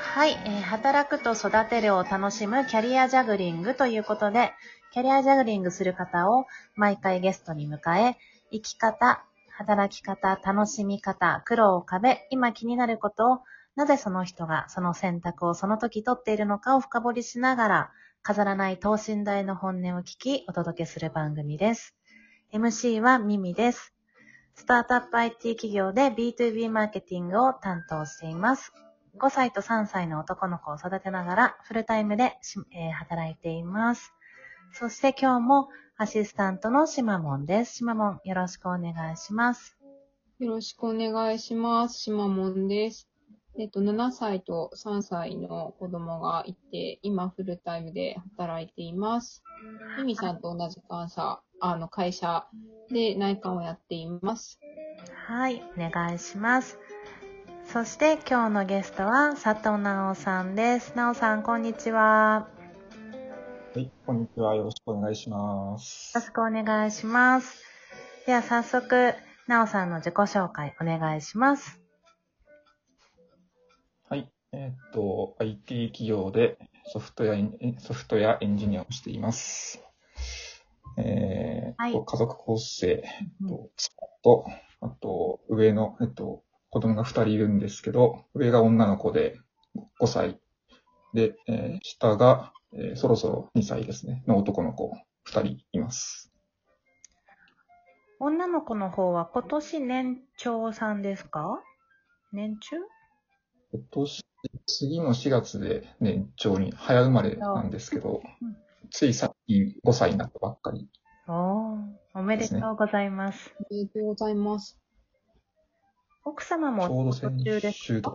はい、働くと育てるを楽しむキャリアジャグリングということで、キャリアジャグリングする方を毎回ゲストに迎え、生き方、働き方、楽しみ方、苦労、壁、今気になることを、なぜその人がその選択をその時取っているのかを深掘りしながら、飾らない等身大の本音を聞き、お届けする番組です。MC はミミです。スタートアップ IT 企業で B2B マーケティングを担当しています。5歳と3歳の男の子を育てながらフルタイムで、働いています。そして今日もアシスタントのしまもんです。しまもん、よろしくお願いします。 よろしくお願いします。しまもんです。7歳と3歳の子供がいて、今フルタイムで働いています。ミミさんと同じ会社で内観をやっています。 はい、お願いします。そして今日のゲストは佐藤直さんです。直さん、こんにちは。 はい、こんにちは。よろしくお願いしまよろす。 しくお願いします。では早速、直さんの自己紹介お願いします。 はい、IT 企業でソフトウェアエンジニアをしています。 はい。 家族構成妻と、あと、上の、子供が2人いるんですけど、上が女の子で5歳で、下が、そろそろ2歳ですね、の男の子2人います。 女の子の方は今年年長さんですか？年中？ 次の4月で年長に早生まれなんですけど、つい最近5歳になったばっかりおめですね。 でとうございます。 ありがとうございます。 奥様もちょうど途先中です週とか。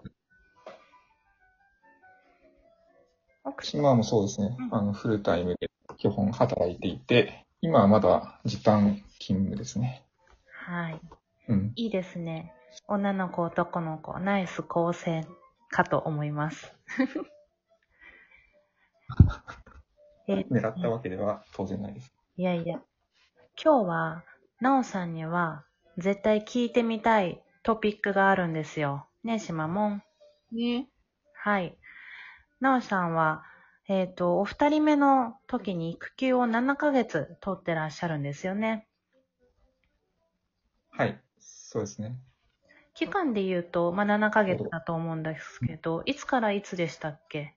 奥様妻もそうですね。フルタイムで基本働いていて、今はまだ時短勤務ですね。 はい。 うん。 いいですね。女の子、男の子、ナイス構成かと思います。 狙ったわけでは当然ないです。 いやいや。今日は、なおさんには絶対聞いてみたいトピックがあるんですよ。ね、しまもん。 ね。 はい。なおさんは、お二人目の時に育休を7ヶ月取ってらっしゃるんですよね。 はい。そうですね。 期間で言うと、7ヶ月だと思うんですけど、いつからいつでしたっけ？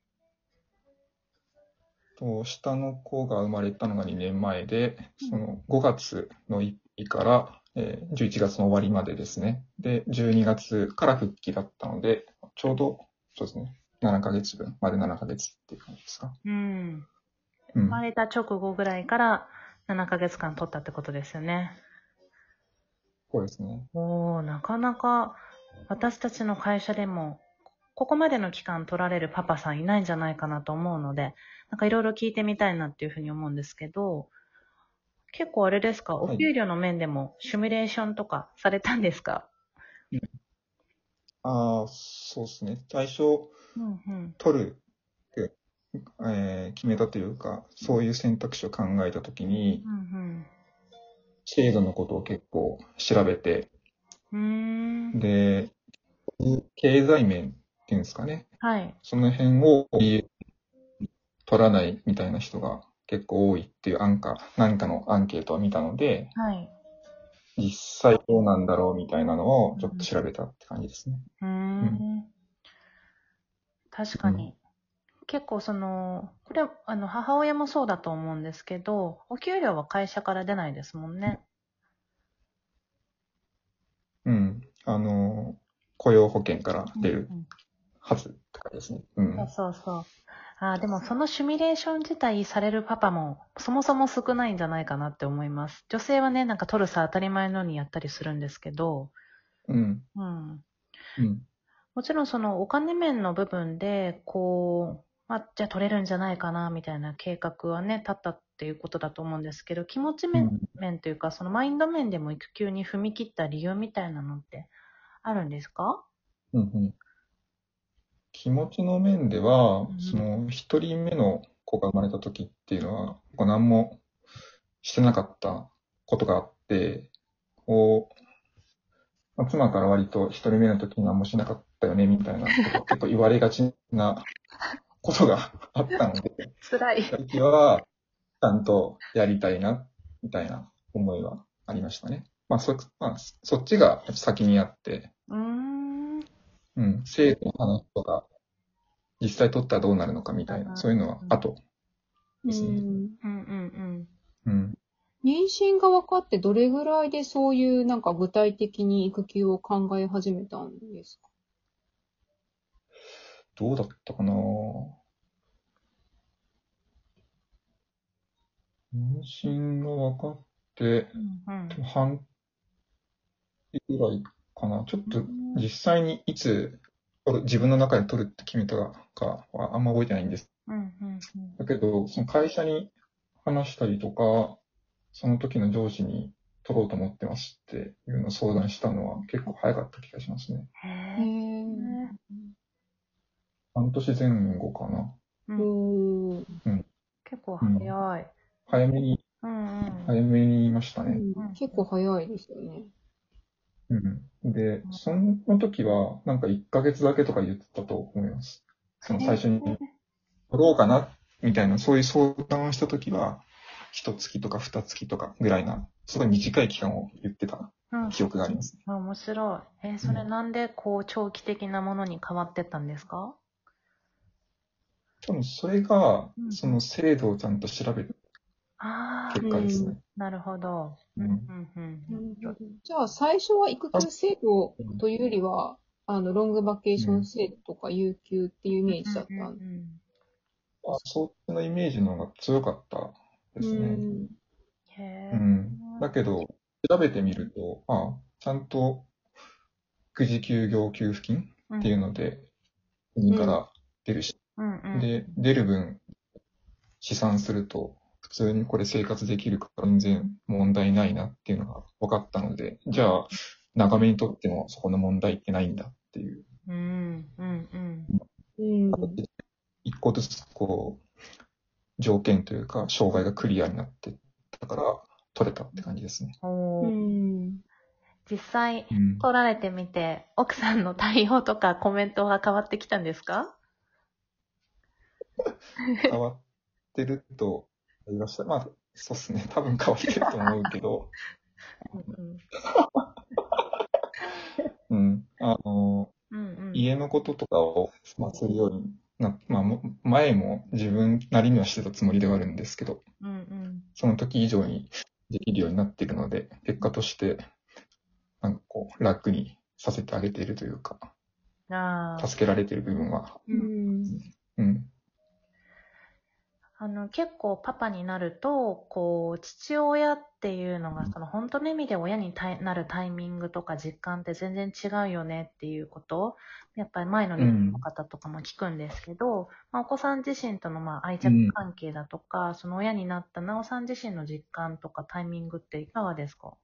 下の子が生まれたのが2年前で、その5月の1日から、11月の終わりまでですね。で、12月から復帰だったので、ちょうど、そうですね。7ヶ月分、まで7ヶ月っていう感じですか。 生まれた直後ぐらいから7ヶ月間取ったってことですよね。 そうですね。 なかなか私たちの会社でも、ここまでの期間取られるパパさんいないんじゃないかなと思うので、なんかいろいろ聞いてみたいなっていうふうに思うんですけど、結構あれですか、おはい。 給料の面でもシミュレーションとかされたんですか？ そうですね。最初、取るって、決めたというか、そういう選択肢を考えたときに、制度のことを結構調べて、で、経済面っていうんですかね。 はい。 その辺を取らないみたいな人が結構多いっていう何かのアンケートを見たので、 はい。 実際どうなんだろうみたいなのをちょっと調べたって感じですね。 確かに。結構これ、母親もそうだと思うんですけど、お給料は会社から出ないですもんね。 うん。雇用保険から出るはずって感じですね。 そうそうそう。でもそのシミュレーション自体されるパパもそもそも少ないんじゃないかなって思います。女性はね、なんか取るさ当たり前のようにやったりするんですけど、 うん。 うん。 うん。 もちろんそのお金面の部分で、じゃあ取れるんじゃないかなみたいな計画はね、立ったっていうことだと思うんですけど、気持ち面というか、そのマインド面でも育休に踏み切った理由みたいなのってあるんですか？ うん。うん。気持ちの面では、その一人目の子が生まれた時っていうのは、何もしてなかったことがあって、こ妻から割と一人目の時に何もしなかったよね、みたいなことを結構言われがちなことがあったので、 辛い。 時は、ちゃんとやりたいな、みたいな思いはありましたね。まあそっちが先にあって、制度の話とか、実際取ったらどうなるのかみたいな、そういうのは後ですね。 妊娠が分かってどれぐらいでそういうなんか具体的に育休を考え始めたんですか？ どうだったかな。妊娠が分かって、半期ぐらいかな。ちょっと実際にいつ自分の中で取るって決めたかはあんま覚えてないんです。だけど、その会社に話したりとか、その時の上司に取ろうと思ってますっていうのを相談したのは結構早かった気がしますね。半年前後かな。 結構早い。 早めに言いましたね。 結構早いですよね。 で、その時はなんか1ヶ月だけとか言ってたと思います。その最初に取ろうかなみたいな、そういう相談をした時は、1月とか2月とかぐらいな、すごい短い期間を言ってた記憶があります。 面白い。それなんでこう長期的なものに変わってったんですか？ 多分それが、その制度をちゃんと調べる結果ですね。 なるほど。 じゃあ最初は育休制度というよりは、ロングバケーション制度とか有給っていうイメージだったんですか？ そっちのイメージの方が強かったですね。だけど、調べてみると、ちゃんと育児休業給付金っていうので、国から出るし、で、出る分、試算すると、普通にこれ生活できるから全然問題ないなっていうのが分かったので、じゃあ、長めにとってもそこの問題ってないんだっていう。一個ずつこう、条件というか、障害がクリアになってったから、取れたって感じですね。 実際、取られてみて、奥さんの対応とかコメントが変わってきたんですか？ 変わってると言いました。まあ、そうですね。多分変わってると思うけど。家のこととかを、するように前も自分なりにはしてたつもりではあるんですけど、その時以上にできるようになっているので、結果として、なんかこう、楽にさせてあげているというか、助けられている部分は。 結構パパになると、こう、父親っていうのが、本当の意味で親になるタイミングとか実感って全然違うよねっていうことを、やっぱり前の方とかも聞くんですけど、お子さん自身との愛着関係だとか、その親になったなおさん自身の実感とかタイミングっていかがですか？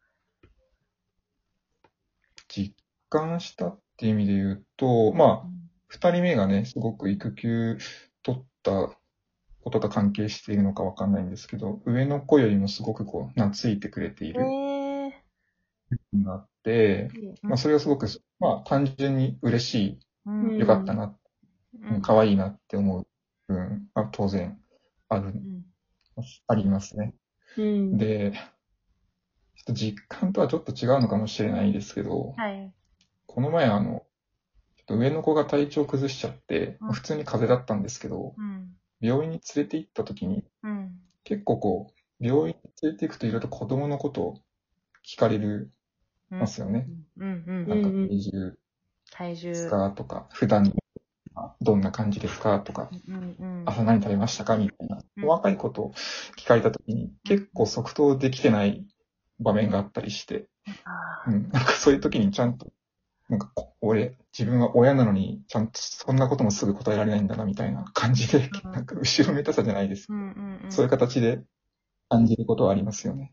実感したっていう意味で言うと、二人目がね、すごく育休取ったことと関係しているのかわかんないんですけど、上の子よりもすごくこう、懐いてくれている。があって、それはすごく、単純に嬉しい、よかったな、可愛いなって思う部分は当然ありますね。で、ちょっと実感とはちょっと違うのかもしれないですけど、この前ちょっと上の子が体調崩しちゃって、普通に風邪だったんですけど、病院に連れて行った時に、結構こう、病院に連れて行くといろいろと子供のことを聞かれますよね。なんか体重ですかとか、普段どんな感じですかとか、朝何食べましたかみたいな、細かいことを聞かれた時に、結構即答できてない場面があったりして、なんかそういう時にちゃんと、なんか自分は親なのに、ちゃんとそんなこともすぐ答えられないんだな、みたいな感じで、なんか後ろめたさじゃないです。そういう形で感じることはありますよね。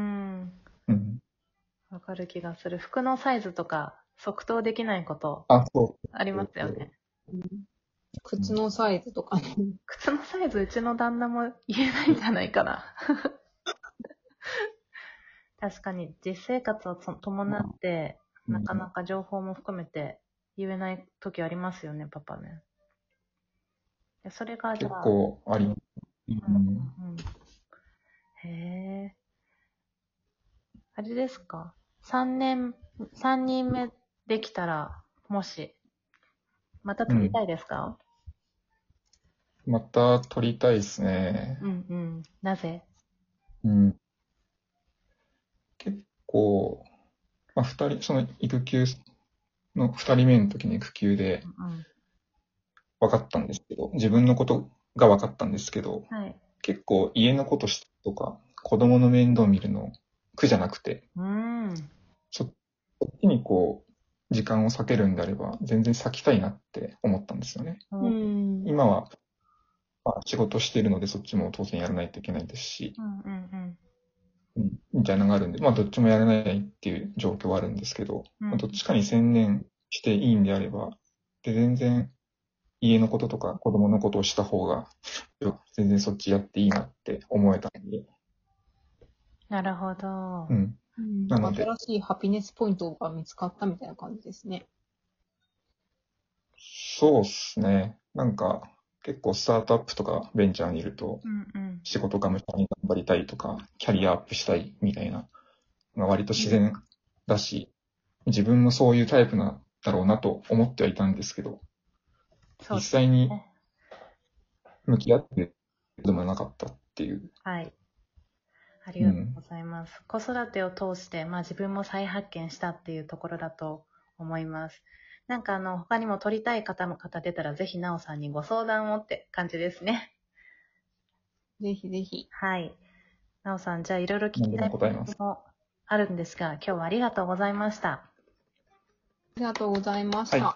わかる気がする。服のサイズとか即答できないことありますよね。 靴のサイズとかね。 靴のサイズうちの旦那も言えないんじゃないかな。確かに実生活を伴ってなかなか情報も含めて言えない時ありますよね、パパね。それがじゃ結あ。 構あります。 へえ。あれですか？ 3 人目できたら、もし、また撮りたいですか？ また撮りたいですね。 なぜ？ 結構、その育休の二人目の時に育休で分かったんですけど、自分のことが分かったんですけど、 はい。 結構家のこととか子供の面倒見るの苦じゃなくて、そっちに時間を割けるんであれば全然割きたいなって思ったんですよね。今は、仕事しているのでそっちも当然やらないといけないですし、みたいなのがあるんで、どっちもやらないっていう状況はあるんですけど、どっちかに専念していいんであれば、で、全然家のこととか子供のことをした方が、全然そっちやっていいなって思えたんで。 なるほど。 なので。 新しいハピネスポイントが見つかったみたいな感じですね。 そうっすね。結構スタートアップとかベンチャーにいると、仕事がむしゃに頑張りたいとか、キャリアアップしたいみたいなのが割と自然だし、自分もそういうタイプなんだろうなと思ってはいたんですけど、実際に向き合ってることもなかったっていう。 はい。ありがとうございます。子育てを通して、自分も再発見したっていうところだと思います。他にも撮りたい方出たら、ぜひなおさんにご相談をって感じですね。 ぜひぜひ。 はい。なおさん、じゃあいろいろ聞きたいこともあるんですが、今日はありがとうございました。 ありがとうございました。はい。